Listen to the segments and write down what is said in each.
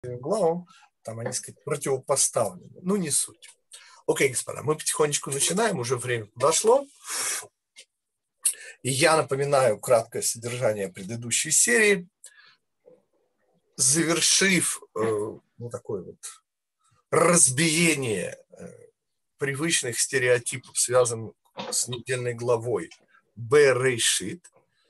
главам, там они, сказать, противопоставлены. Ну, не суть. Окей, господа, мы потихонечку начинаем, уже время подошло. И я напоминаю краткое содержание предыдущей серии. Завершив такое вот разбиение привычных стереотипов, связанных с недельной главой Берешит,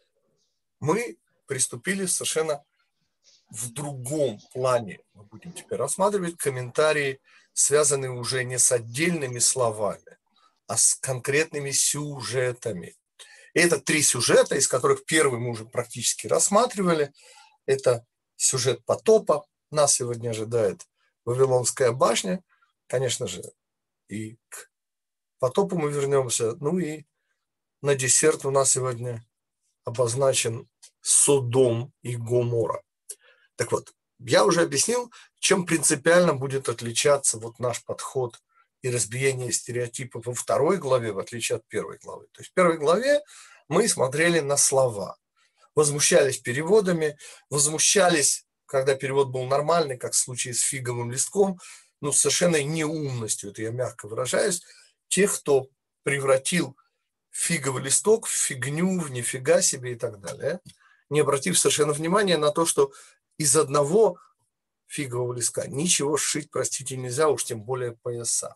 мы приступили совершенно в другом плане. Мы будем теперь рассматривать комментарии, связанные уже не с отдельными словами, а с конкретными сюжетами. И это 3 сюжета, из которых первый мы уже практически рассматривали. Это сюжет потопа. Нас сегодня ожидает Вавилонская башня. Конечно же, и к потопу мы вернемся. Ну и на десерт у нас сегодня обозначен Содом и Гоморра. Так вот, я уже объяснил, чем принципиально будет отличаться вот наш подход и разбиение стереотипов во 2 главе, в отличие от 1 главы. То есть в 1 главе мы смотрели на слова, возмущались переводами, возмущались, когда перевод был нормальный, как в случае с фиговым листком, ну, совершенно неумностью, это я мягко выражаюсь, тех, кто превратил фиговый листок в фигню, в нифига себе и так далее, не обратив совершенно внимания на то, что из одного фигового листка ничего сшить, простите, нельзя, уж тем более пояса.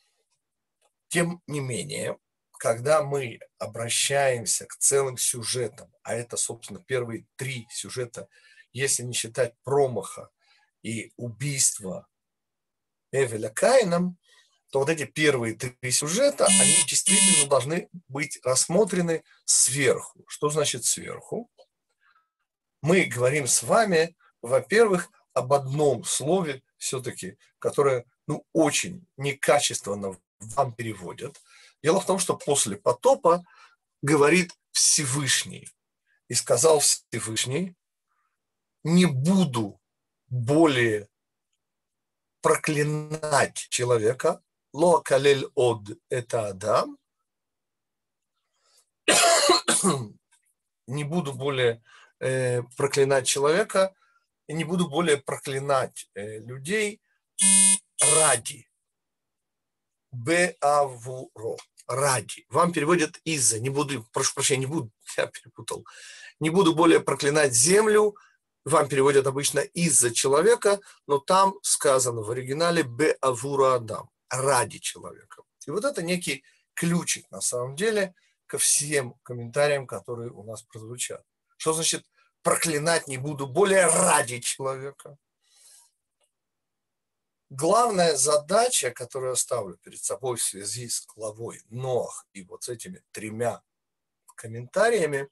Тем не менее, когда мы обращаемся к целым сюжетам, а это, собственно, первые 3 сюжета, если не считать промаха и убийства Эвеля Каином, то вот эти первые 3 сюжета, они действительно должны быть рассмотрены сверху. Что значит сверху? Мы говорим с вами, во-первых, об одном слове все-таки, которое, очень некачественно вам переводят. Дело в том, что после потопа говорит Всевышний. И сказал Всевышний: не буду более проклинать человека, ло калель од это Адам, не буду более проклинать человека, и не буду более проклинать людей ради. Беавуро. Ради. Вам переводят из-за. Не буду, прошу прощения, не буду, я перепутал. Не буду более проклинать землю. Вам переводят обычно из-за человека, но там сказано в оригинале беавуро Адам. Ради человека. И вот это некий ключик, на самом деле, ко всем комментариям, которые у нас прозвучат. Что значит проклинать не буду более ради человека? Главная задача, которую я ставлю перед собой в связи с главой Ноах и вот с этими 3 комментариями,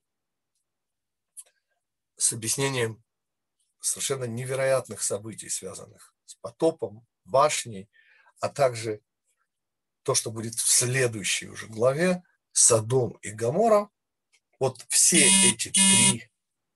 с объяснением совершенно невероятных событий, связанных с потопом, башней, а также то, что будет в следующей уже главе, Содом и Гоморра. Вот все эти 3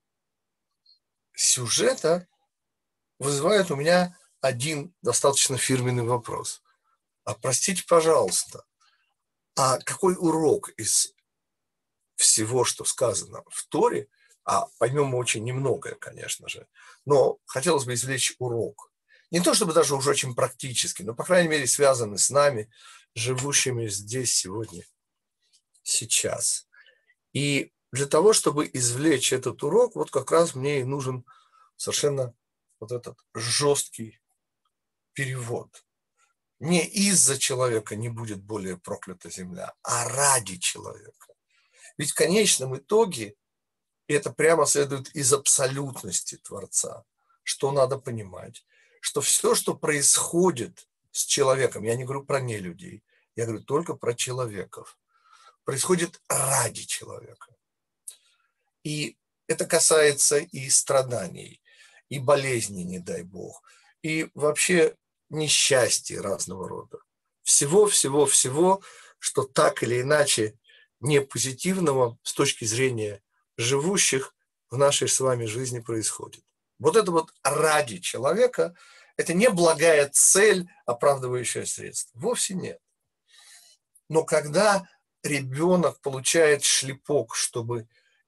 сюжета вызывают у меня один достаточно фирменный вопрос. А простите, пожалуйста, а какой урок из всего, что сказано в Торе, а поймем мы очень немногое, конечно же, но хотелось бы извлечь урок. Не то чтобы даже уже очень практически, но, по крайней мере, связанный с нами, живущими здесь сегодня, сейчас. И для того, чтобы извлечь этот урок, вот как раз мне и нужен совершенно вот этот жесткий перевод. Не из-за человека не будет более проклята земля, а ради человека. Ведь в конечном итоге это прямо следует из абсолютности Творца, что надо понимать, что все, что происходит с человеком, я не говорю про нелюдей, я говорю только про человеков, происходит ради человека. И это касается и страданий, и болезней, не дай бог, и вообще несчастья разного рода. Всего, что так или иначе не позитивного с точки зрения живущих в нашей с вами жизни происходит. Вот это вот ради человека, это не благая цель, оправдывающая средства. Вовсе нет. Но когда ребенок получает шлепок, чтобы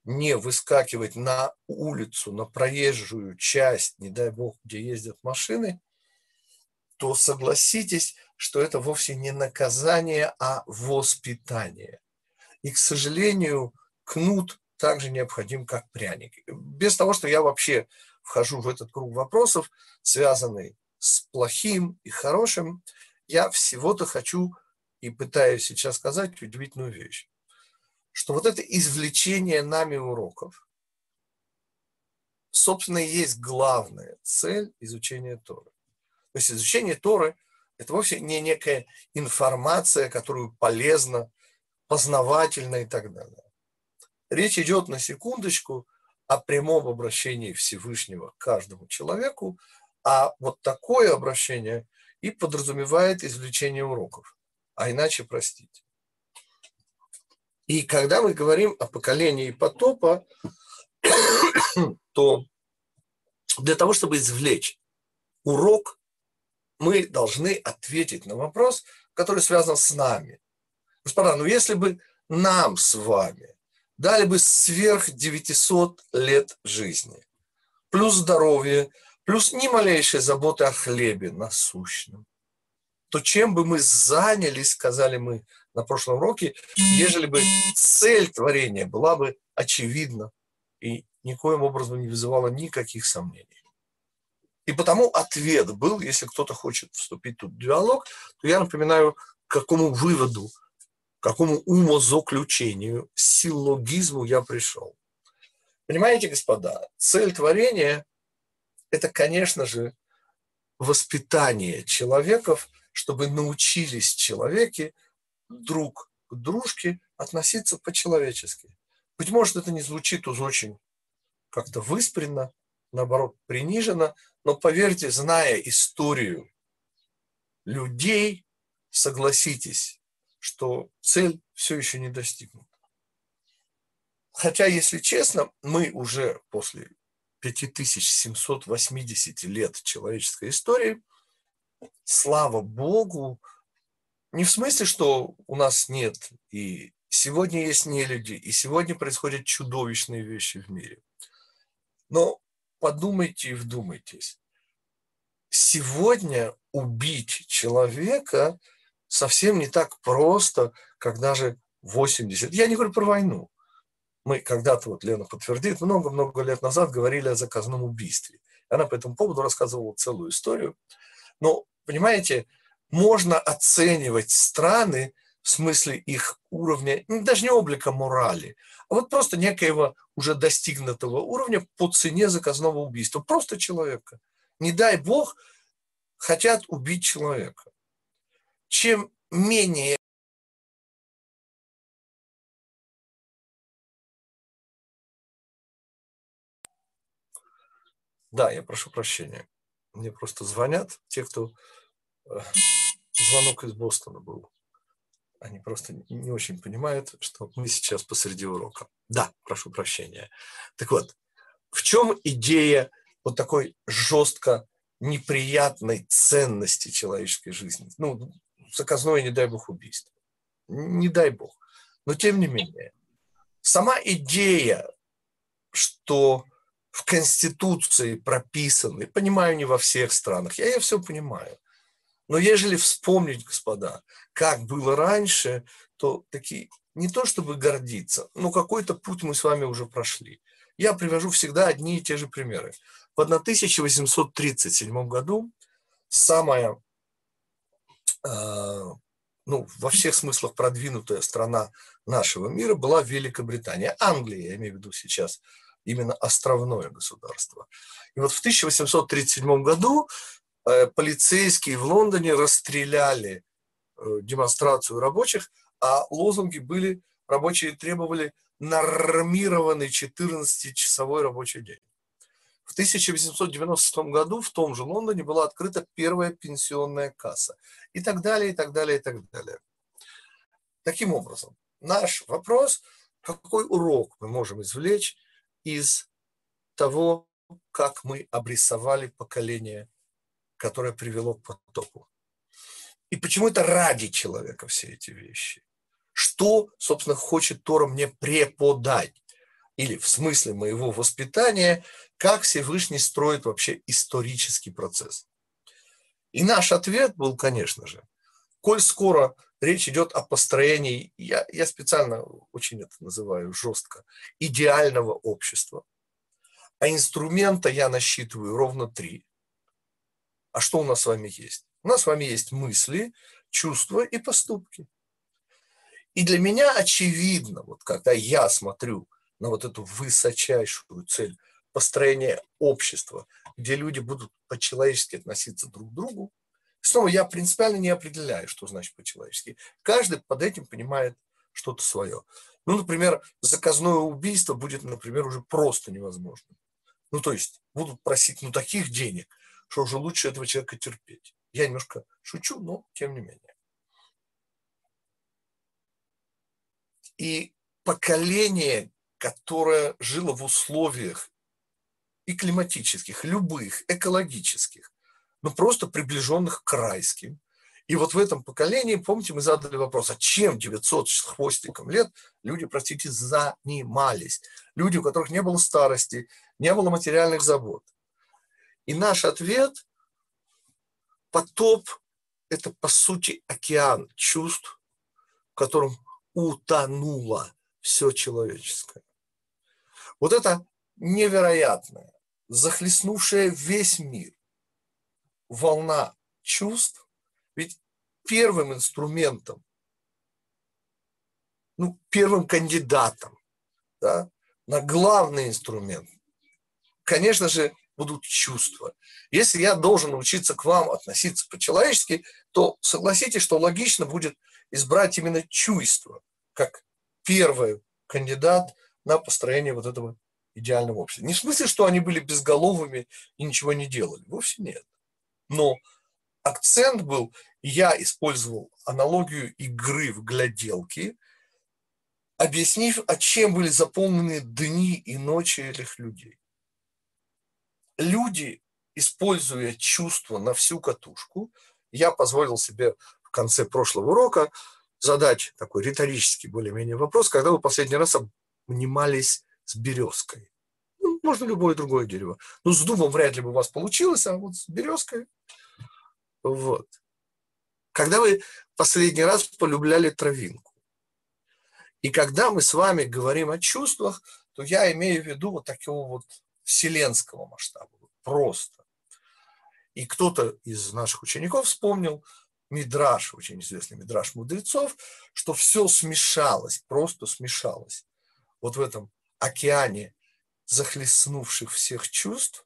не выскакивать на улицу, на проезжую часть, не дай бог, где ездят машины, то согласитесь, что это вовсе не наказание, а воспитание. И, к сожалению, кнут также необходим, как пряник. Без того, что я вообще вхожу в этот круг вопросов, связанный с плохим и хорошим, я всего-то хочу и пытаюсь сейчас сказать удивительную вещь, что вот это извлечение нами уроков, собственно, и есть главная цель изучения Торы. То есть изучение Торы – это вовсе не некая информация, которую полезно, познавательно и так далее. Речь идет, на секундочку, о прямом обращении Всевышнего к каждому человеку, а вот такое обращение и подразумевает извлечение уроков, а иначе простите. И когда мы говорим о поколении потопа, то для того, чтобы извлечь урок, мы должны ответить на вопрос, который связан с нами. Господа, ну если бы нам с вами дали бы сверх 900 лет жизни, плюс здоровье, плюс ни малейшей заботы о хлебе насущном, то чем бы мы занялись, сказали мы на прошлом уроке, ежели бы цель творения была бы очевидна и никоим образом не вызывала никаких сомнений. И потому ответ был, если кто-то хочет вступить тут в диалог, то я напоминаю, к какому выводу, к какому умозаключению, силлогизму я пришел. Понимаете, господа, цель творения – это, конечно же, воспитание человеков, чтобы научились человеки друг к дружке относиться по-человечески. Быть может, это не звучит уж очень как-то выспренно, наоборот, приниженно, но поверьте, зная историю людей, согласитесь, что цель все еще не достигнута. Хотя, если честно, мы уже после 5780 лет человеческой истории, слава Богу, не в смысле, что у нас нет, и сегодня есть нелюди, и сегодня происходят чудовищные вещи в мире. Но подумайте и вдумайтесь. Сегодня убить человека совсем не так просто, как даже 80. Я не говорю про войну. Мы когда-то, вот Лена подтвердит, много-много лет назад говорили о заказном убийстве. Она по этому поводу рассказывала целую историю. Но, понимаете, можно оценивать страны в смысле их уровня, даже не облика морали, а вот просто некоего уже достигнутого уровня по цене заказного убийства. Просто человека. Не дай бог, хотят убить человека. Чем менее Да, я прошу прощения. Мне просто звонят те, кто... Звонок из Бостона был. Они просто не очень понимают, что мы сейчас посреди урока. Да, прошу прощения. Так вот, в чем идея вот такой жестко неприятной ценности человеческой жизни? Ну, заказное, не дай бог, убийство. Не дай бог. Но тем не менее, сама идея, что в Конституции прописаны, понимаю, не во всех странах, я все понимаю, но ежели вспомнить, господа, как было раньше, то таки не то чтобы гордиться, но какой-то путь мы с вами уже прошли. Я привожу всегда одни и те же примеры. В 1837 году самая, во всех смыслах продвинутая страна нашего мира была Великобритания. Англия, я имею в виду сейчас именно островное государство. И вот в 1837 году полицейские в Лондоне расстреляли демонстрацию рабочих, а лозунги были, рабочие требовали нормированный 14-часовой рабочий день. В 1896 году в том же Лондоне была открыта первая пенсионная касса. И так далее, и так далее, и так далее. Таким образом, наш вопрос, какой урок мы можем извлечь из того, как мы обрисовали поколение, которое привело к потопу. И почему это ради человека все эти вещи? Что, собственно, хочет Тора мне преподать? или в смысле моего воспитания, как Всевышний строит вообще исторический процесс. И наш ответ был, конечно же, коль скоро речь идет о построении, я специально очень это называю жестко, идеального общества, а инструмента я насчитываю ровно 3. А что у нас с вами есть? У нас с вами есть мысли, чувства и поступки. И для меня очевидно, вот когда я смотрю на вот эту высочайшую цель построения общества, где люди будут по-человечески относиться друг к другу, снова я принципиально не определяю, что значит по-человечески. Каждый под этим понимает что-то свое. Ну, например, заказное убийство будет, например, уже просто невозможно. Ну, то есть будут просить, таких денег, что уже лучше этого человека терпеть. Я немножко шучу, но тем не менее. И поколение, которое жило в условиях и климатических, любых, экологических, просто приближенных к райским. И вот в этом поколении, помните, мы задали вопрос, а чем 900 с хвостиком лет люди, простите, занимались? Люди, у которых не было старости, не было материальных забот. И наш ответ – потоп – это, по сути, океан чувств, в котором утонуло все человеческое. Вот это невероятное, захлестнувшая весь мир волна чувств, ведь первым инструментом, первым кандидатом, да, на главный инструмент, конечно же, будут чувства. Если я должен научиться к вам относиться по-человечески, то согласитесь, что логично будет избрать именно чувство как первый кандидат на построение вот этого идеального общества. Не в смысле, что они были безголовыми и ничего не делали. Вовсе нет. Но акцент был, я использовал аналогию игры в гляделки, объяснив, чем были заполнены дни и ночи этих людей. Люди, используя чувства на всю катушку, я позволил себе в конце прошлого урока задать такой риторический более-менее вопрос, когда вы последний раз обнимались с березкой. Можно любое другое дерево. С дубом вряд ли бы у вас получилось, а вот с березкой. Вот. Когда вы последний раз полюбляли травинку. И когда мы с вами говорим о чувствах, то я имею в виду вот такого вот вселенского масштаба. Просто. И кто-то из наших учеников вспомнил мидраш, очень известный мидраш мудрецов, что все смешалось, просто смешалось. Вот в этом океане захлестнувших всех чувств,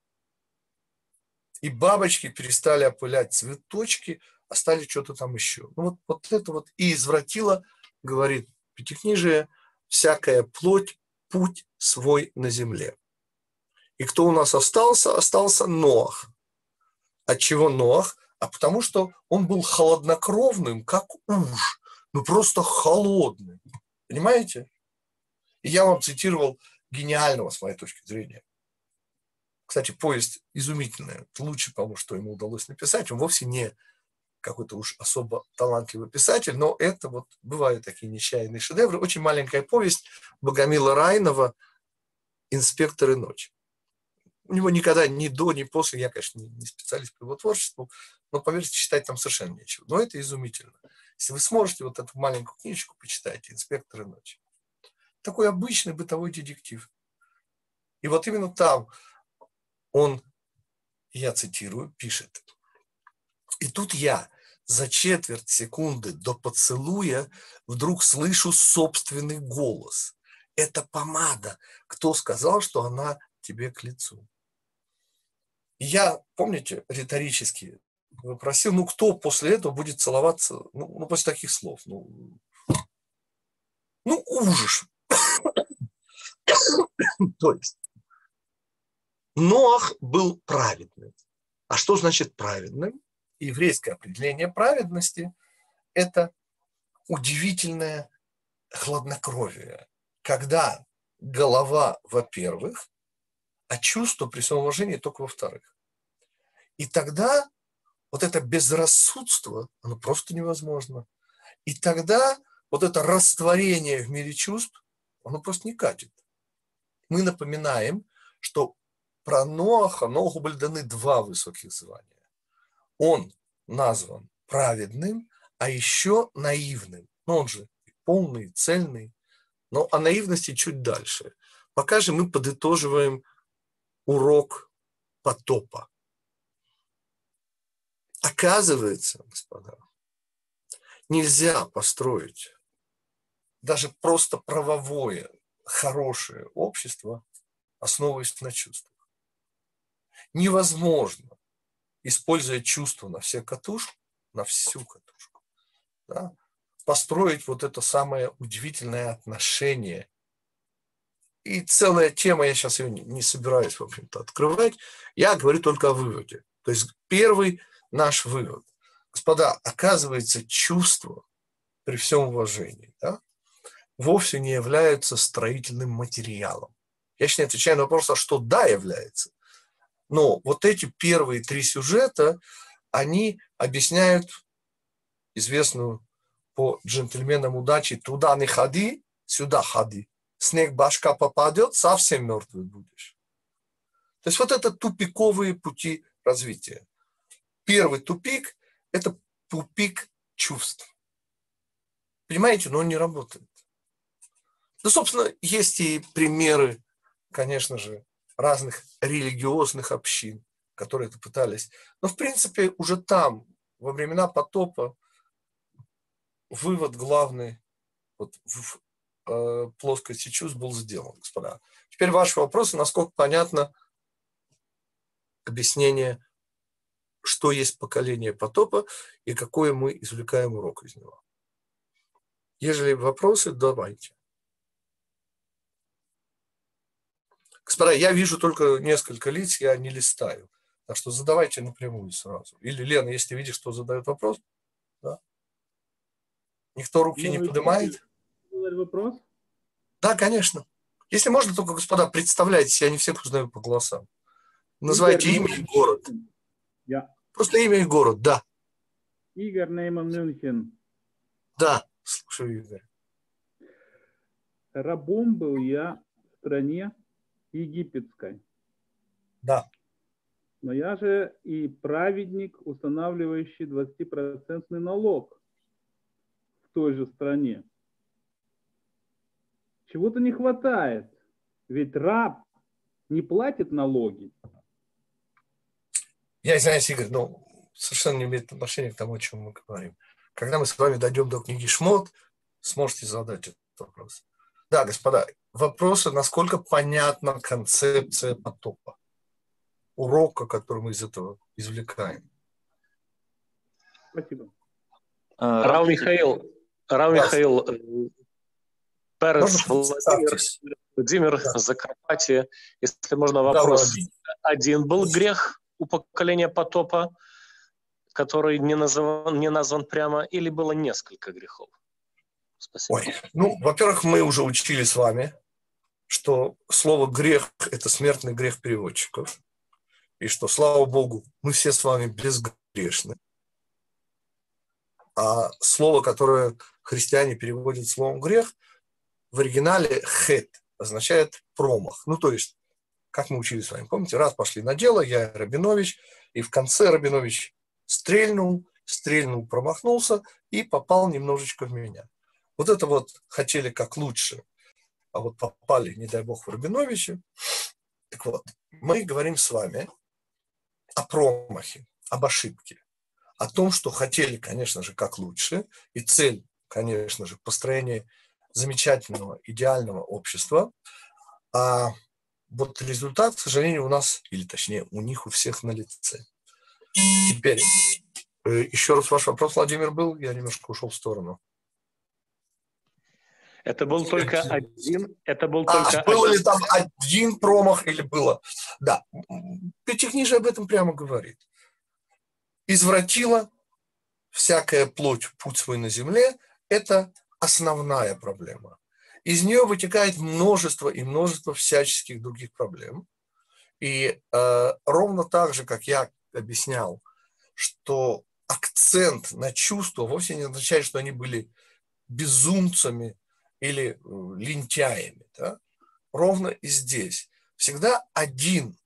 и бабочки перестали опылять цветочки, а стали что-то там еще. Вот это вот и извратило, говорит Пятикнижие, всякая плоть путь свой на земле. И кто у нас остался? Остался Ноах. Отчего Ноах? А потому что он был холоднокровным, как уж. Просто холодным. Понимаете? И я вам цитировал гениального, с моей точки зрения. Кстати, повесть изумительная. Это лучше, по-моему, что ему удалось написать. Он вовсе не какой-то уж особо талантливый писатель, но это вот бывают такие нечаянные шедевры. Очень маленькая повесть Богомила Райнова «Инспекторы ночи». У него никогда ни до, ни после, я, конечно, не специалист по его творчеству, но, поверьте, читать там совершенно нечего. Но это изумительно. Если вы сможете вот эту маленькую книжечку почитайте, «Инспекторы ночи». Такой обычный бытовой детектив. И вот именно там он, я цитирую, пишет: «И тут я за четверть секунды до поцелуя вдруг слышу собственный голос. Это помада. Кто сказал, что она тебе к лицу?» И я, помните, риторически вопросил, кто после этого будет целоваться, после таких слов? Ужас. То есть Ноах был праведным. А что значит праведным? Еврейское определение праведности – это удивительное хладнокровие, когда голова, во-первых, а чувство при всем уважении только во-вторых. И тогда вот это безрассудство, оно просто невозможно. И тогда вот это растворение в мире чувств, оно просто не катит. мы напоминаем, что про Ноху были даны два высоких звания. Он назван праведным, а еще наивным. Но он же полный, цельный. Но о наивности чуть дальше. Пока же мы подытоживаем урок потопа. Оказывается, господа, нельзя построить даже просто правовое, хорошее общество, основываясь на чувствах. Невозможно, используя чувства на всю катушку, да, построить вот это самое удивительное отношение. И целая тема, я сейчас ее не собираюсь, в общем-то, открывать. Я говорю только о выводе. То есть первый наш вывод. Господа, оказывается, чувства, при всем уважении, да, вовсе не являются строительным материалом. Я еще не отвечаю на вопрос, а что да является. Но вот эти первые три сюжета, они объясняют известную по джентльменам удачи «туда не ходи, сюда ходи». Снег башка попадет, совсем мертвый будешь. То есть вот это тупиковые пути развития. Первый тупик – это тупик чувств. Понимаете, но он не работает. Ну, собственно, есть и примеры, конечно же, разных религиозных общин, которые это пытались. Но, в принципе, уже там, во времена потопа, вывод главный вот в плоскости чувств был сделан, господа. Теперь ваши вопросы, насколько понятно объяснение, что есть поколение потопа и какой мы извлекаем урок из него. Ежели вопросы, давайте. Господа, я вижу только несколько лиц, я не листаю. Так что задавайте напрямую сразу. Или, Лена, если видишь, что задает вопрос, да? Никто руки не поднимает? Вопрос? Да, конечно. Если можно, только, господа, представляйтесь, я не всех узнаю по голосам. Называйте имя и город. Просто имя и город, да. Игорь, Нейман, Мюнхен. Да, слушаю, Игорь. Рабом был я в стране египетской. Да. Но я же и праведник, устанавливающий 20% налог в той же стране. Чего-то не хватает. Ведь раб не платит налоги. Я извиняюсь, Игорь, но совершенно не имеет отношения к тому, о чем мы говорим. Когда мы с вами дойдем до книги Шмот, сможете задать этот вопрос. Да, господа, вопросы, насколько понятна концепция потопа, урока, который мы из этого извлекаем. Спасибо. Рав Михаил, Перец, Владимир, да. Закарпатье. Если можно, вопрос. Да, один был грех у поколения потопа, который не назван прямо, или было несколько грехов? Спасибо. Ой, ну, во-первых, мы уже учили с вами, что слово «грех» – это смертный грех переводчиков, и что, слава Богу, мы все с вами безгрешны. А слово, которое христиане переводят словом «грех», в оригинале «хет» означает «промах». Ну, то есть, как мы учили с вами, помните, раз пошли на дело, я Рабинович, и в конце Рабинович стрельнул, промахнулся и попал немножечко в меня. Вот это вот хотели как лучше, а вот попали, не дай бог, в Рабиновича. Так вот, мы говорим с вами о промахе, об ошибке, о том, что хотели, конечно же, как лучше, и цель, конечно же, построение замечательного, идеального общества, а вот результат, к сожалению, у нас, или точнее, у них у всех на лице. Теперь, еще раз ваш вопрос, Владимир, был, я немножко ушел в сторону. Это был только один. Был ли там один промах или было? Да. Пятикнижие об этом прямо говорит. Извратила всякая плоть путь свой на земле. Это основная проблема. Из нее вытекает множество и множество всяческих других проблем. И ровно так же, как я объяснял, что акцент на чувства вовсе не означает, что они были безумцами или лентяями. Да? ровно и здесь. Всегда один,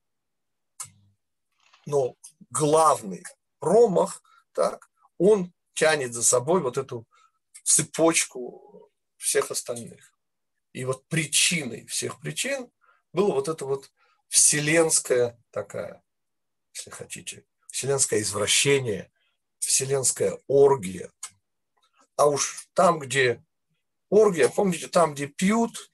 но главный промах, так, он тянет за собой вот эту цепочку всех остальных. И вот причиной всех причин было вот это вот вселенская такая, если хотите, вселенское извращение, вселенская оргия. А уж там, где оргия, помните, там, где пьют,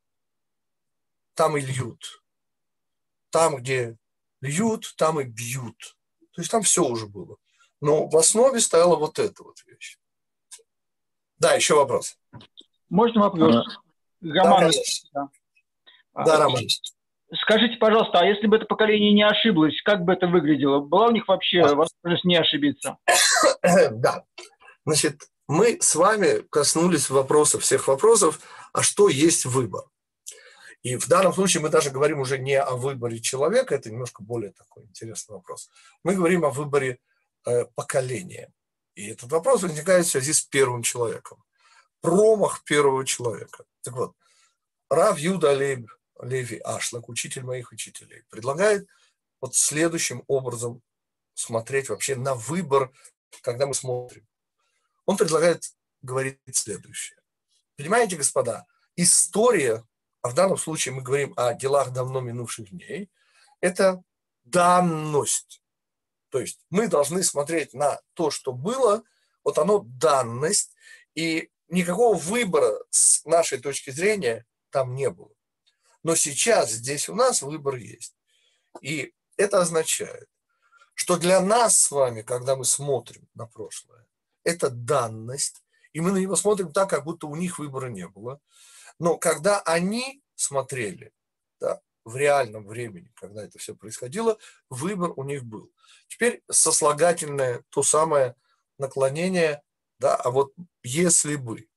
там и льют. Там, где льют, там и бьют. То есть там все уже было. Но в основе стояла вот эта вот вещь. Да, еще вопрос. Можно вопрос? Роман. Да. Да, Роман. Скажите, пожалуйста, а если бы это поколение не ошиблось, как бы это выглядело? Была у них вообще возможность не ошибиться? Да. Значит, мы с вами коснулись вопросов, всех вопросов, а что есть выбор? И в данном случае мы даже говорим уже не о выборе человека, это немножко более такой интересный вопрос. Мы говорим о выборе поколения. И этот вопрос возникает в связи с первым человеком. Промах первого человека. Так вот, Рав Юда Леви Ашлак, учитель моих учителей, предлагает вот следующим образом смотреть вообще на выбор, когда мы смотрим. Он предлагает говорить следующее. Понимаете, господа, история, а в данном случае мы говорим о делах давно минувших дней, это данность. То есть мы должны смотреть на то, что было, вот оно данность, и никакого выбора с нашей точки зрения там не было. Но сейчас здесь у нас выбор есть. И это означает, что для нас с вами, когда мы смотрим на прошлое, это данность, и мы на него смотрим так, как будто у них выбора не было. Но когда они смотрели, да, в реальном времени, когда это все происходило, выбор у них был. Теперь сослагательное, то самое наклонение, да, а вот если бы.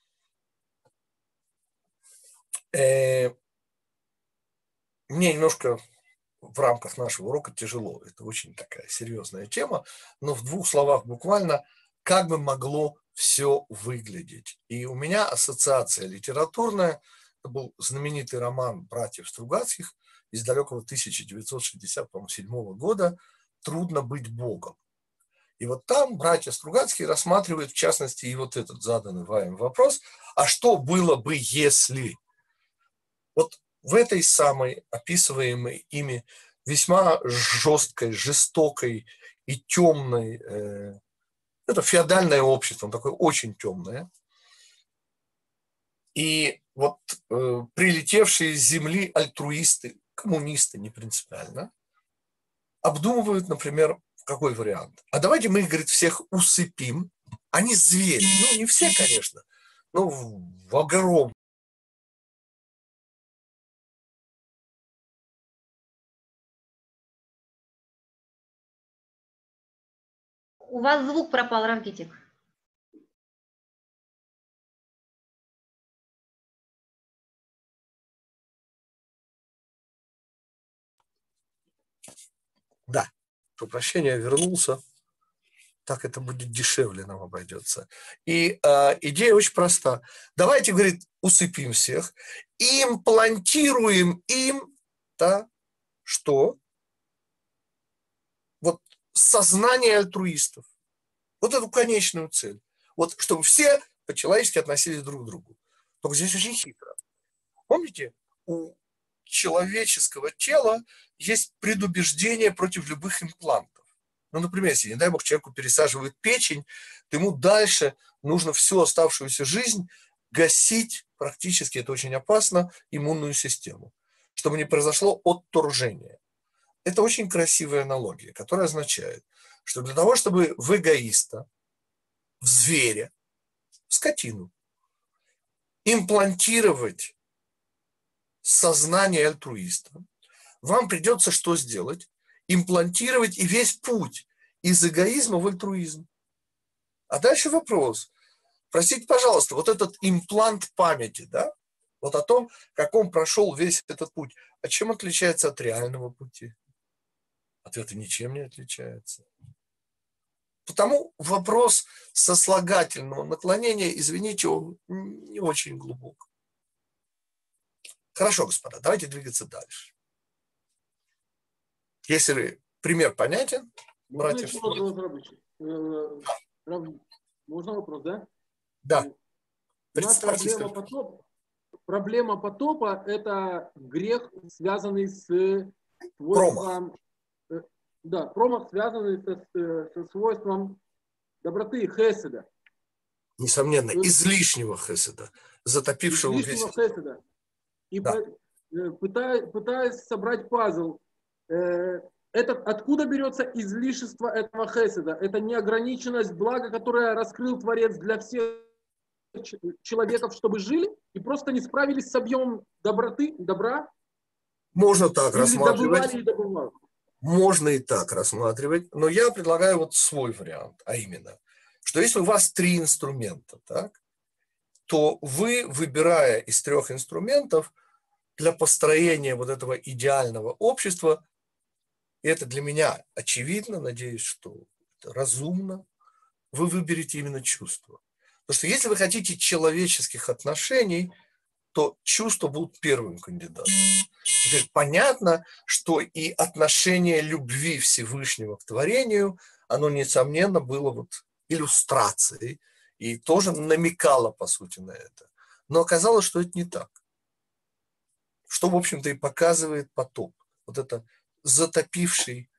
Мне немножко в рамках нашего урока тяжело. Это очень такая серьезная тема, но в двух словах буквально, как бы могло все выглядеть. И у меня ассоциация литературная, это был знаменитый роман братьев Стругацких из далекого 1967 года «Трудно быть Богом». И вот там братья Стругацкие рассматривают, в частности, и вот этот заданный вами вопрос, а что было бы, если... Вот в этой самой описываемой ими весьма жесткой, жестокой и темной, это феодальное общество, такое очень темное, и вот прилетевшие с земли альтруисты, коммунисты, не принципиально, обдумывают, например, какой вариант. А давайте мы их, говорит, всех усыпим. Они звери. Ну, не все, конечно, но в огромном. У вас звук пропал, Равгитик. Да, прошу прощения, вернулся. Так это будет дешевле, нам обойдется. И идея очень проста. Давайте, говорит, усыпим всех, имплантируем им, да, что? Вот сознание альтруистов. Вот эту конечную цель. Вот чтобы все по-человечески относились друг к другу. Только здесь очень хитро. Помните, у человеческого тела есть предубеждение против любых имплантов. Ну, например, если, не дай бог, человеку пересаживают печень, то ему дальше нужно всю оставшуюся жизнь гасить, практически это очень опасно, иммунную систему, чтобы не произошло отторжение. Это очень красивая аналогия, которая означает, что для того, чтобы в эгоиста, в зверя, в скотину имплантировать сознание альтруиста, вам придется что сделать? Имплантировать и весь путь из эгоизма в альтруизм. А дальше вопрос. Простите, пожалуйста, вот этот имплант памяти, да, вот о том, как он прошел весь этот путь, а чем отличается от реального пути? Ответ ничем не отличается. Потому вопрос сослагательного наклонения, извините, он не очень глубок. Хорошо, господа, давайте двигаться дальше. Если пример понятен, Можно братья... еще вопрос, рабочий? Можно вопрос, да? Да. У нас проблема потопа – это грех, связанный с свойством... Да, промах, связанный со свойством доброты, хеседа. Несомненно, излишнего хеседа, затопившего весь... Хеседа. И да. пытаясь собрать пазл, откуда берется излишество этого хеседа? Это неограниченность блага, которое раскрыл Творец для всех человеков, чтобы жили, и просто не справились с объемом добра? Можно так рассматривать. Добывали и добывали. Можно и так рассматривать, но я предлагаю вот свой вариант, а именно, что если у вас 3 инструмента, так, то вы, выбирая из 3 инструментов для построения вот этого идеального общества, и это для меня очевидно, надеюсь, что это разумно, вы выберете именно чувства. Потому что если вы хотите человеческих отношений, то чувства будут первым кандидатом. Теперь понятно, что и отношение любви Всевышнего к творению, оно, несомненно, было вот иллюстрацией и тоже намекало, по сути, на это. Но оказалось, что это не так. Что, в общем-то, и показывает потоп. Вот это затопивший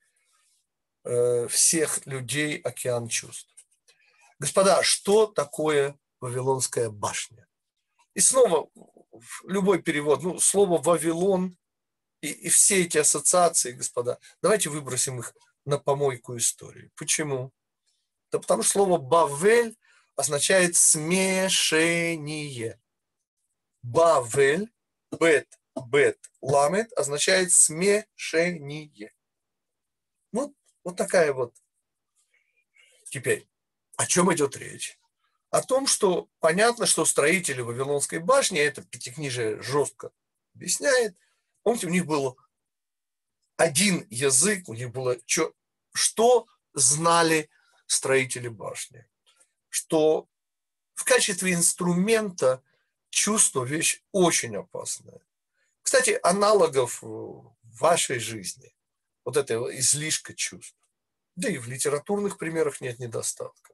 всех людей океан чувств. Господа, что такое Вавилонская башня? И снова любой перевод, слово «Вавилон» и все эти ассоциации, господа, давайте выбросим их на помойку истории. Почему? Да потому что слово «Бавель» означает смешение. Бавель, бет, ламет означает смешение. Вот такая вот. Теперь, о чем идет речь? О том, что понятно, что строители Вавилонской башни, это Пятикнижие жестко объясняет, помните, у них был один язык, у них было что знали строители башни? Что в качестве инструмента чувство – вещь очень опасная. Кстати, аналогов в вашей жизни, вот этого излишка чувств, да и в литературных примерах нет недостатка.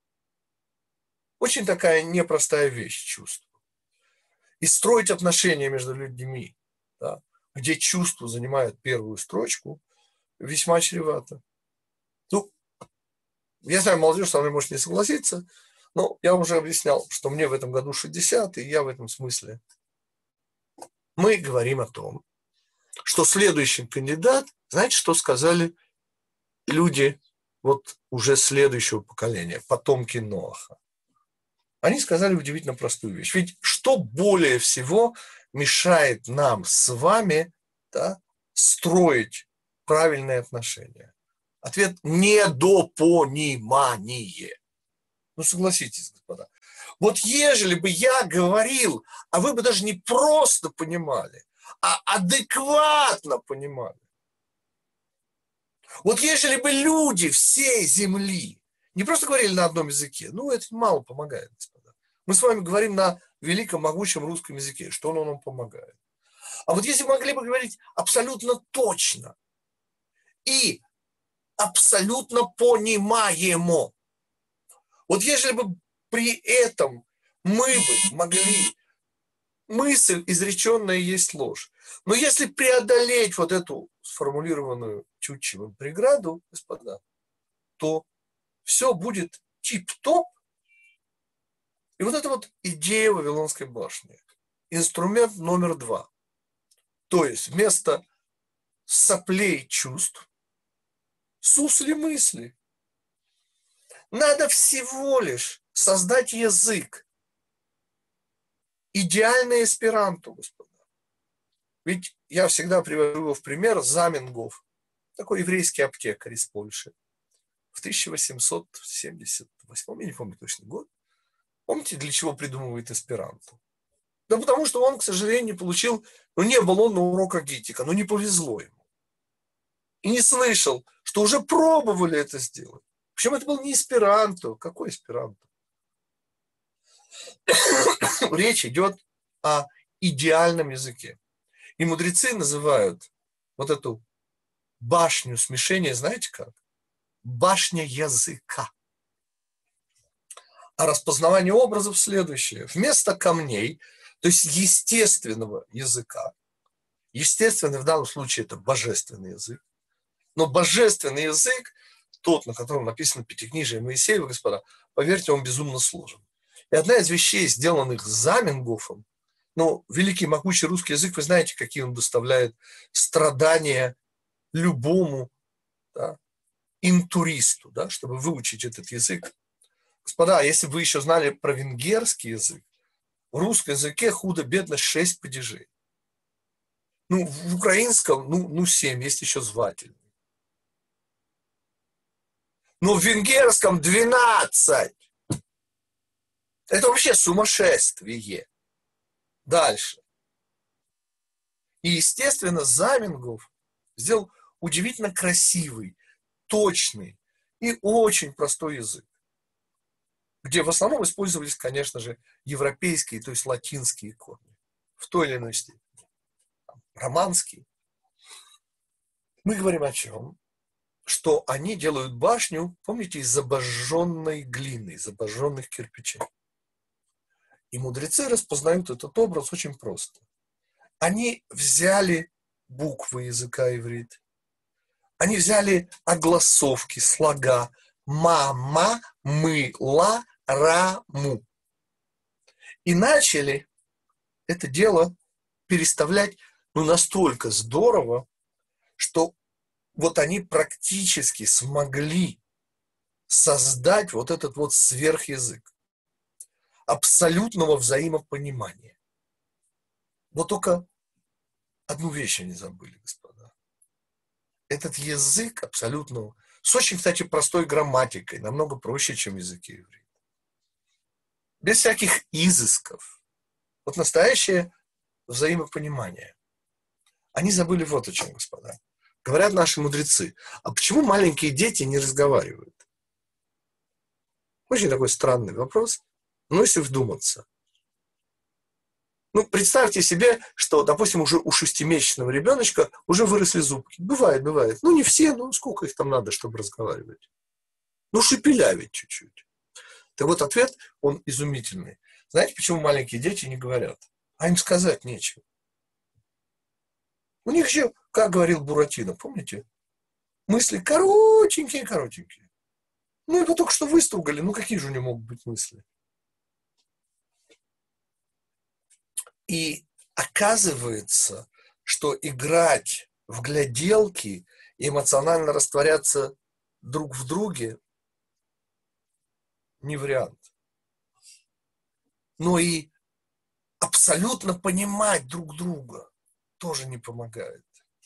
Очень такая непростая вещь чувство. И строить отношения между людьми, да, где чувства занимают первую строчку, весьма чревато. Я знаю, молодежь со мной может не согласиться, но я уже объяснял, что мне в этом году 60, и я в этом смысле. Мы говорим о том, что следующий кандидат, знаете, что сказали люди вот уже следующего поколения, потомки Ноаха? Они сказали удивительно простую вещь. Ведь что более всего мешает нам с вами, да, строить правильные отношения? Ответ – недопонимание. Согласитесь, господа. Вот ежели бы я говорил, а вы бы даже не просто понимали, а адекватно понимали. Вот ежели бы люди всей земли не просто говорили на одном языке, это мало помогает, господа. Мы с вами говорим на великом, могучем русском языке, что он нам помогает. А вот если могли бы говорить абсолютно точно и абсолютно понимаемо, вот если бы при этом мы бы могли, мысль, изреченная есть ложь, но если преодолеть вот эту сформулированную Тютчевым преграду, господа, то все будет тип-топ. И вот это вот идея Вавилонской башни. Инструмент номер 2. То есть вместо соплей чувств, сусли мысли. Надо всего лишь создать язык. Идеальный эсперанто, господа. Ведь я всегда привожу его в пример Заменгоф, такой еврейский аптекарь из Польши. В 1878, я не помню точный год. Помните, для чего придумывает эсперанто? Да потому что он, к сожалению, не получил, не был он на уроках гитика, не повезло ему. И не слышал, что уже пробовали это сделать. Причем это был не эсперанто. Какой эсперанто? Речь идет о идеальном языке. И мудрецы называют вот эту башню смешения, знаете как? Башня языка. А распознавание образов следующее. Вместо камней, то есть естественного языка, естественный в данном случае это божественный язык, но божественный язык, тот, на котором написано Пятикнижие Моисеева, господа, поверьте, он безумно сложен. И одна из вещей, сделанных Заменгофом, ну, великий могучий русский язык, вы знаете, какие он доставляет страдания любому, да, интуристу, да, чтобы выучить этот язык. Господа, если бы вы еще знали про венгерский язык, в русском языке худо-бедно 6 падежей. Ну, в украинском, ну 7, есть еще звательный. Но в венгерском 12. Это вообще сумасшествие. Дальше. И, естественно, Заменгоф сделал удивительно красивый, точный и очень простой язык, где в основном использовались, конечно же, европейские, то есть латинские корни, в той или иной степени. Романские. Мы говорим о чем? Что они делают башню, помните, из обожженной глины, из обожженных кирпичей. И мудрецы распознают этот образ очень просто. Они взяли буквы языка иврит, они взяли огласовки, слога ма, мы, ла, ра, му. И начали это дело переставлять настолько здорово, что вот они практически смогли создать вот этот вот сверхязык абсолютного взаимопонимания. Вот только одну вещь они забыли, господа. Этот язык абсолютно, с очень, кстати, простой грамматикой, намного проще, чем языки иврита. Без всяких изысков. Вот настоящее взаимопонимание. Они забыли вот о чем, господа. Говорят наши мудрецы, а почему маленькие дети не разговаривают? Очень такой странный вопрос. Но если вдуматься. Ну, представьте себе, что, допустим, уже у 6-месячного ребеночка уже выросли зубки. Бывает. Ну, не все, но сколько их там надо, чтобы разговаривать? Ну, шепелявить чуть-чуть. Так вот, ответ, он изумительный. Знаете, почему маленькие дети не говорят? А им сказать нечего. У них же, как говорил Буратино, помните? Мысли коротенькие. Ну, его только что выстругали, ну, какие же у него могут быть мысли? И оказывается, что играть в гляделки и эмоционально растворяться друг в друге не вариант. Но и абсолютно понимать друг друга тоже не помогает.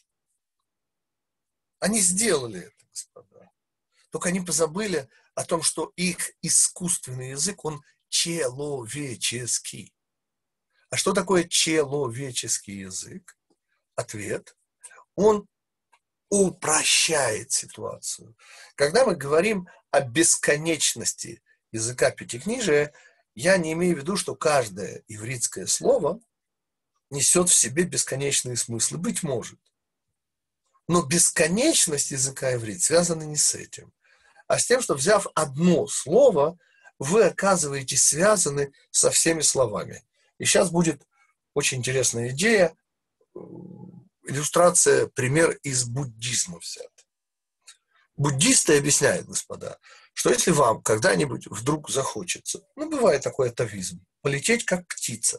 Они сделали это, господа. Только они позабыли о том, что их искусственный язык, он человеческий. А что такое человеческий язык? Ответ. Он упрощает ситуацию. Когда мы говорим о бесконечности языка Пятикнижия, я не имею в виду, что каждое ивритское слово несет в себе бесконечные смыслы. Быть может. Но бесконечность языка иврит связана не с этим, а с тем, что, взяв одно слово, вы оказываетесь связаны со всеми словами. И сейчас будет очень интересная идея, иллюстрация, пример из буддизма взят. Буддисты объясняют, господа, что если вам когда-нибудь вдруг захочется, ну, бывает такой атовизм, полететь как птица,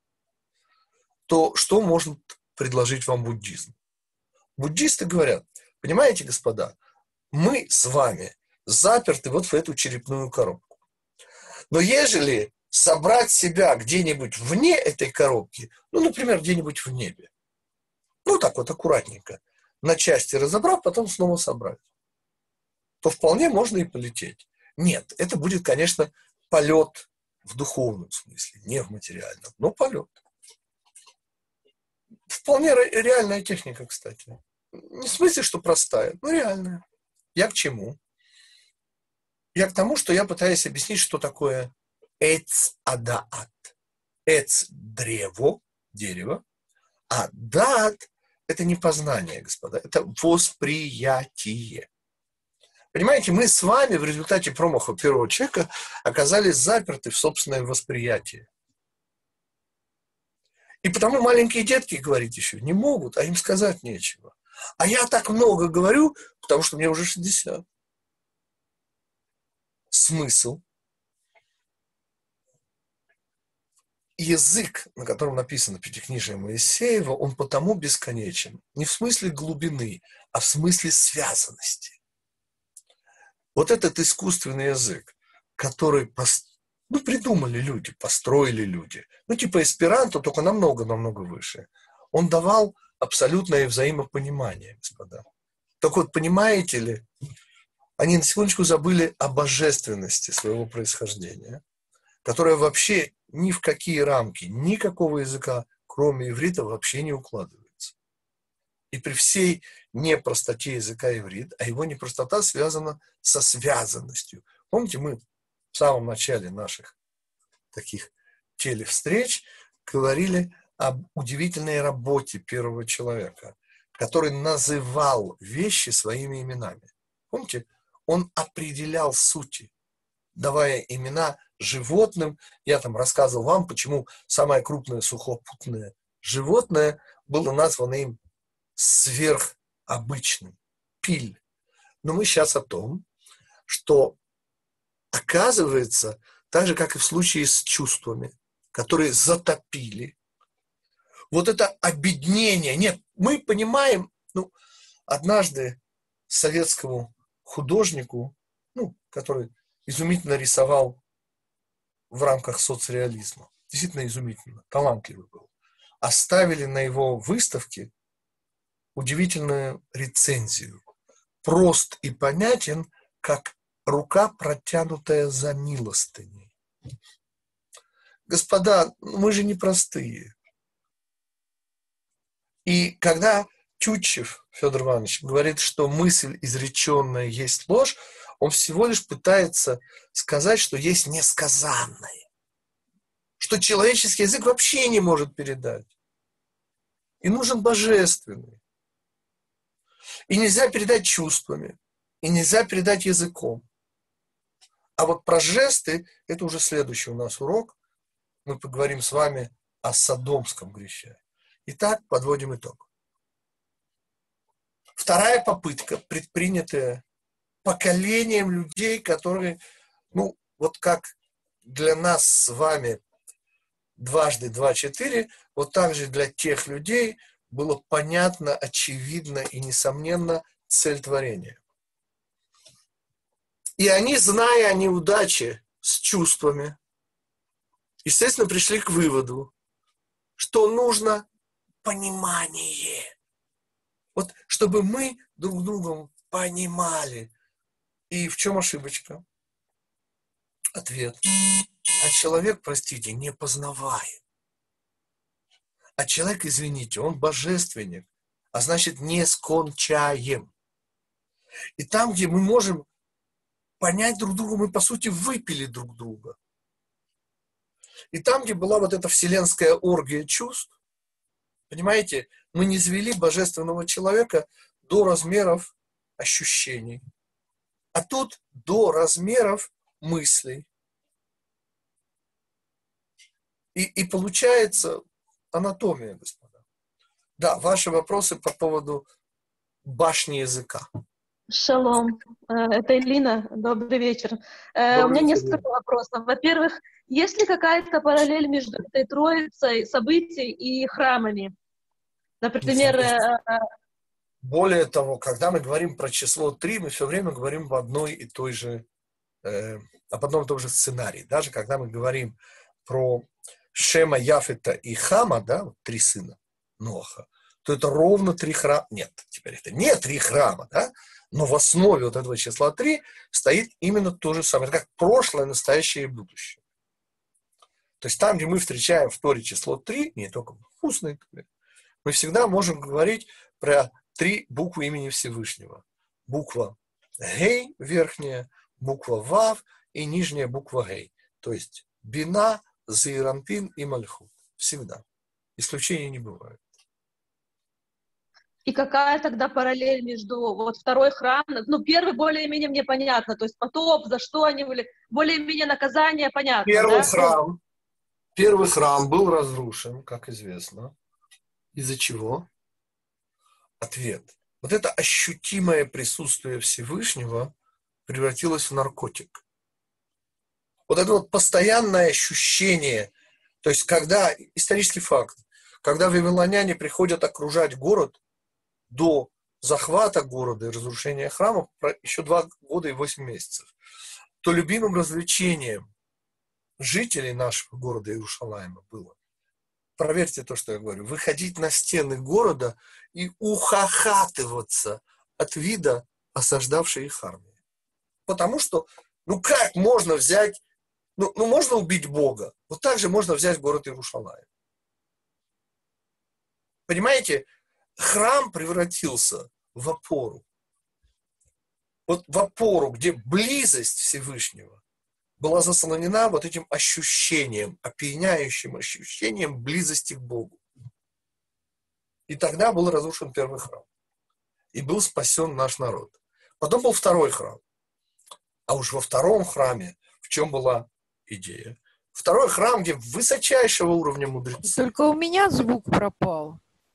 то что может предложить вам буддизм? Буддисты говорят, понимаете, господа, мы с вами заперты вот в эту черепную коробку. Но ежели собрать себя где-нибудь вне этой коробки, ну, например, где-нибудь в небе, ну, так вот аккуратненько, на части разобрав, потом снова собрать, то вполне можно и полететь. Нет, это будет, конечно, полет в духовном смысле, не в материальном, но полет. Вполне реальная техника, кстати. Не в смысле, что простая, но реальная. Я к чему? Я к тому, что я пытаюсь объяснить, что такое эц адаат. Эц – древо, дерево, А дат – это не познание, господа, это восприятие. Понимаете, мы с вами в результате промаха первого человека оказались заперты в собственное восприятие. И потому маленькие детки говорить еще не могут, а им сказать нечего. А я так много говорю, потому что мне уже 60. Смысл. Язык, на котором написано Пятикнижие Моисеева, он потому бесконечен. Не в смысле глубины, а в смысле связанности. Вот этот искусственный язык, который придумали люди, построили люди, типа эсперанто, только намного-намного выше, он давал абсолютное взаимопонимание, господа. Так вот, понимаете ли, они на секундочку забыли о божественности своего происхождения, которое вообще ни в какие рамки, никакого языка, кроме иврита, вообще не укладывается. И при всей непростоте языка иврит, а его непростота связана со связанностью. Помните, мы в самом начале наших таких телевстреч говорили об удивительной работе первого человека, который называл вещи своими именами. Помните, он определял сути, давая имена животным. Я там рассказывал вам, почему самое крупное сухопутное животное было названо им сверхобычным – пиль. Но мы сейчас о том, что оказывается, так же, как и в случае с чувствами, которые затопили, вот это обеднение. Нет, мы понимаем, однажды советскому художнику, который изумительно рисовал в рамках соцреализма, действительно изумительно, талантливый был, оставили на его выставке удивительную рецензию. Прост и понятен, как рука, протянутая за милостыней. Господа, мы же не простые. И когда Тютчев Федор Иванович говорит, что мысль изреченная есть ложь, он всего лишь пытается сказать, что есть несказанное, что человеческий язык вообще не может передать. И нужен божественный. И нельзя передать чувствами, и нельзя передать языком. А вот про жесты – это уже следующий у нас урок. Мы поговорим с вами о содомском грехе. Итак, подводим итог. Вторая попытка, предпринятая поколением людей, которые, вот как для нас с вами дважды 2 – 4, вот так же для тех людей было понятно, очевидно и несомненно цель творения. И они, зная о неудаче с чувствами, естественно, пришли к выводу, что нужно понимание. Вот чтобы мы друг друга понимали. И в чем ошибочка? Ответ. А человек, простите, не познаваем. А человек, извините, он божественник, а значит не скончаем. И там, где мы можем понять друг друга, мы, по сути, выпили друг друга. И там, где была вот эта вселенская оргия чувств, понимаете, мы не низвели божественного человека до размеров ощущений, а тут до размеров мыслей. И получается анатомия, господа. Да, ваши вопросы по поводу башни языка. Шалом. Это Элина. Добрый вечер. У меня несколько вопросов. Во-первых, есть ли какая-то параллель между этой троицей событий и храмами? Например... Более того, когда мы говорим про число 3, мы все время говорим об одном и том же сценарии. Даже когда мы говорим про Шема, Яфета и Хама, да, 3 сына Ноаха, то это ровно 3 храма. Нет, теперь это не 3 храма, да, но в основе вот этого числа 3 стоит именно то же самое. Это как прошлое, настоящее и будущее. То есть там, где мы встречаем в Торе число 3, не только в устной Торе, мы всегда можем говорить про 3 буквы имени Всевышнего. Буква Гей верхняя, буква Вав и нижняя буква Гей. То есть Бина, Зеиранпин и Мальхут. Всегда. Исключений не бывает. И какая тогда параллель между вот второй храм, ну, первый более-менее мне понятно, то есть потоп, за что они были, более-менее наказание понятно, Первый храм был разрушен, как известно. Из-за чего? Ответ. Вот это ощутимое присутствие Всевышнего превратилось в наркотик. Вот это вот постоянное ощущение, то есть когда, исторический факт, когда вавилоняне приходят окружать город, до захвата города и разрушения храмов еще 2 года и 8 месяцев, то любимым развлечением жителей нашего города Иерушалайма было, проверьте то, что я говорю, выходить на стены города и ухахатываться от вида осаждавшей их армии. Потому что, ну как можно взять, ну можно убить Бога, вот так же можно взять город Иерушалайм. Понимаете, храм превратился в опору. Вот в опору, где близость Всевышнего была заслонена вот этим ощущением, опьяняющим ощущением близости к Богу. И тогда был разрушен первый храм. И был спасен наш народ. Потом был второй храм. А уж во втором храме в чем была идея? Второй храм, где высочайшего уровня мудрецы. Только у меня звук пропал.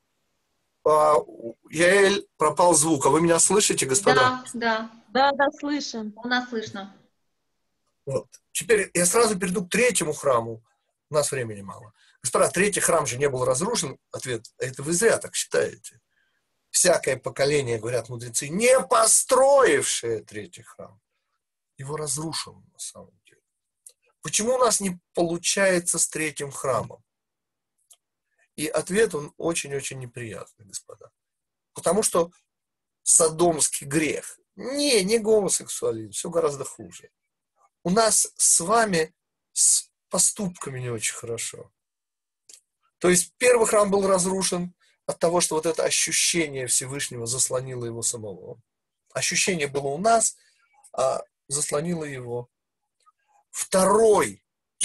Яэль, пропал звук. А вы меня слышите, господа? Да, слышим. у нас слышно. Вот. Теперь я сразу перейду к третьему храму. У нас времени мало. Господа, третий храм же не был разрушен. Ответ, это вы зря так считаете. Всякое поколение, говорят мудрецы, не построившее третий храм, его разрушил на самом деле. Почему у нас не получается с третьим храмом? И ответ, он очень-очень неприятный, господа. Потому что содомский грех, не гомосексуализм, все гораздо хуже. У нас с вами с поступками не очень хорошо. То есть первый храм был разрушен от того, что вот это ощущение Всевышнего заслонило его самого. Ощущение было у нас, а заслонило его. Второй,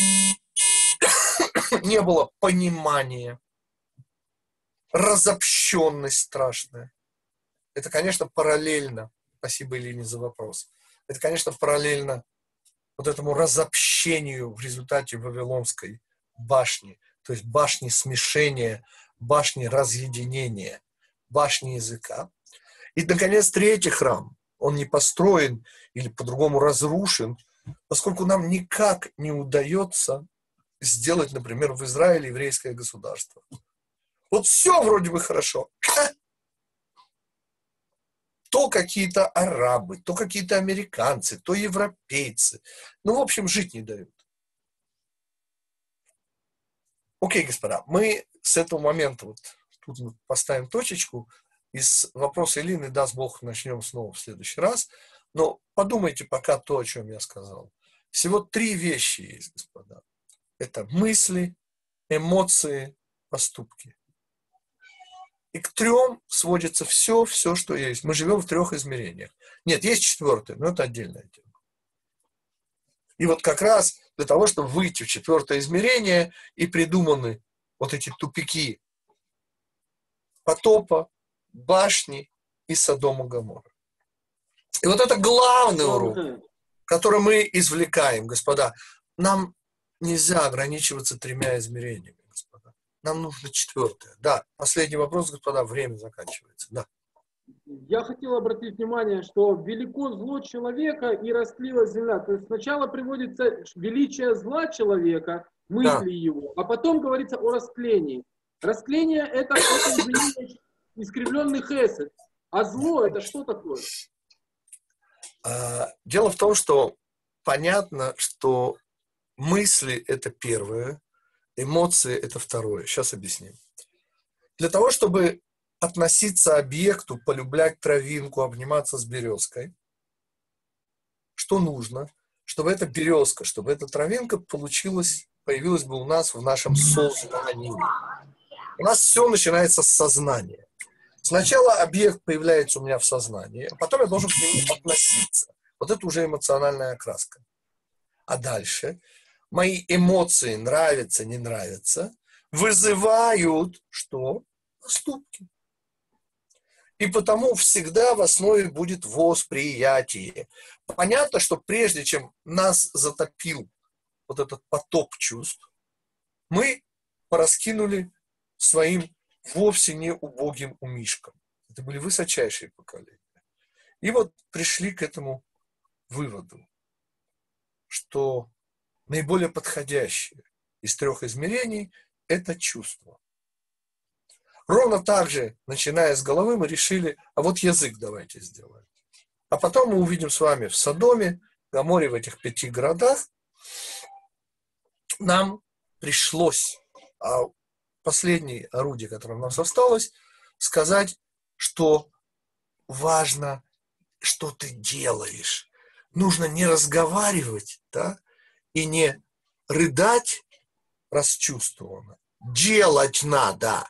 не было понимания, разобщенность страшная. Это, конечно, параллельно, спасибо, Елене, за вопрос, это, конечно, параллельно вот этому разобщению в результате Вавилонской башни, то есть башни смешения, башни разъединения, башни языка. И, наконец, третий храм, он не построен или по-другому разрушен, поскольку нам никак не удается сделать, например, в Израиле еврейское государство. Вот все вроде бы хорошо. То какие-то арабы, то какие-то американцы, то европейцы. Ну, в общем, жить не дают. Окей, господа, мы с этого момента вот тут мы поставим точечку. Из вопроса Элины, даст Бог, начнем снова в следующий раз. Но подумайте пока то, о чем я сказал. Всего 3 вещи есть, господа. Это мысли, эмоции, поступки. И к 3 сводится все, что есть. Мы живем в 3 измерениях. Нет, есть 4, но это отдельная тема. И вот как раз для того, чтобы выйти в 4 измерение, и придуманы вот эти тупики потопа, башни и Содома Гоморры. И вот это главный урок, который мы извлекаем, господа. Нам нельзя ограничиваться 3 измерениями, господа. Нам нужно 4. Да, последний вопрос, господа, время заканчивается. Да. Я хотел обратить внимание, что велико зло человека и растлилась земля. То есть сначала приводится величие зла человека, мысли его, а потом говорится о растлении. Растление – это искривленный хесед. А зло – это что такое? Дело в том, что понятно, что мысли – это первое, эмоции – это второе. Сейчас объясним. Для того, чтобы относиться к объекту, полюблять травинку, обниматься с березкой, что нужно? Чтобы эта березка, чтобы эта травинка появилась бы у нас в нашем сознании. У нас все начинается с сознания. Сначала объект появляется у меня в сознании, а потом я должен к нему относиться. Вот это уже эмоциональная окраска. А дальше мои эмоции, нравятся, не нравятся, вызывают что? Поступки. И потому всегда в основе будет восприятие. Понятно, что прежде чем нас затопил вот этот поток чувств, мы пораскинули своим вовсе не убогим умишкам. Это были высочайшие поколения. И вот пришли к этому выводу, что наиболее подходящее из 3 измерений – это чувство. Ровно так же, начиная с головы, мы решили, а вот язык давайте сделаем. А потом мы увидим с вами в Содоме, Гоморе, в этих 5 городах, нам пришлось, последнее орудие, которое у нас осталось, сказать, что важно, что ты делаешь. Нужно не разговаривать, да, и не рыдать расчувствованно. Делать надо.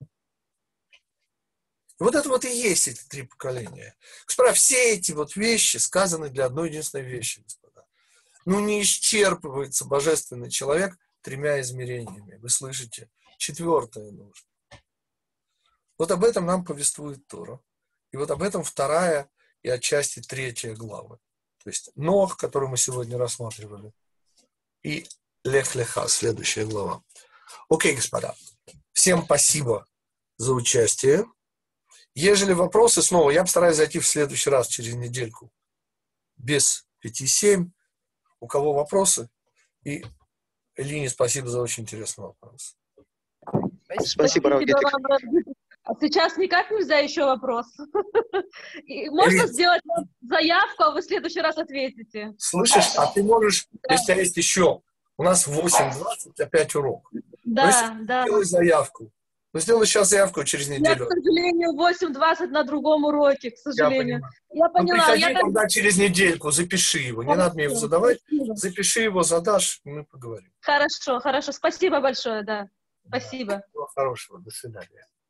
Вот это вот и есть эти 3 поколения. Кстати, все эти вот вещи сказаны для одной единственной вещи, господа. Ну, не исчерпывается божественный человек 3 измерениями. Вы слышите? 4-е нужно. Вот об этом нам повествует Тора. И вот об этом 2 и отчасти 3 главы. То есть Ноах, который мы сегодня рассматривали, и Лех-Леха, следующая глава. Окей, господа. Всем спасибо за участие. Ежели вопросы, снова, я постараюсь зайти в следующий раз через недельку. Без 5-7. У кого вопросы? И Лине спасибо за очень интересный вопрос. Спасибо, Равгитик. А сейчас никак нельзя еще вопрос? Можно сделать заявку, а вы в следующий раз ответите. Слышишь, а ты можешь, если у тебя есть еще, у нас в 8:20 опять урок. Да, да. Сделай заявку. Ну, сделай сейчас заявку через неделю. Я, к сожалению, 8:20 на другом уроке, к сожалению. Я поняла. Приходи тогда через недельку, запиши его. Не надо мне его задавать. Запиши его, задашь, мы поговорим. Хорошо, хорошо. Спасибо большое, да. Спасибо. Всего хорошего. До свидания.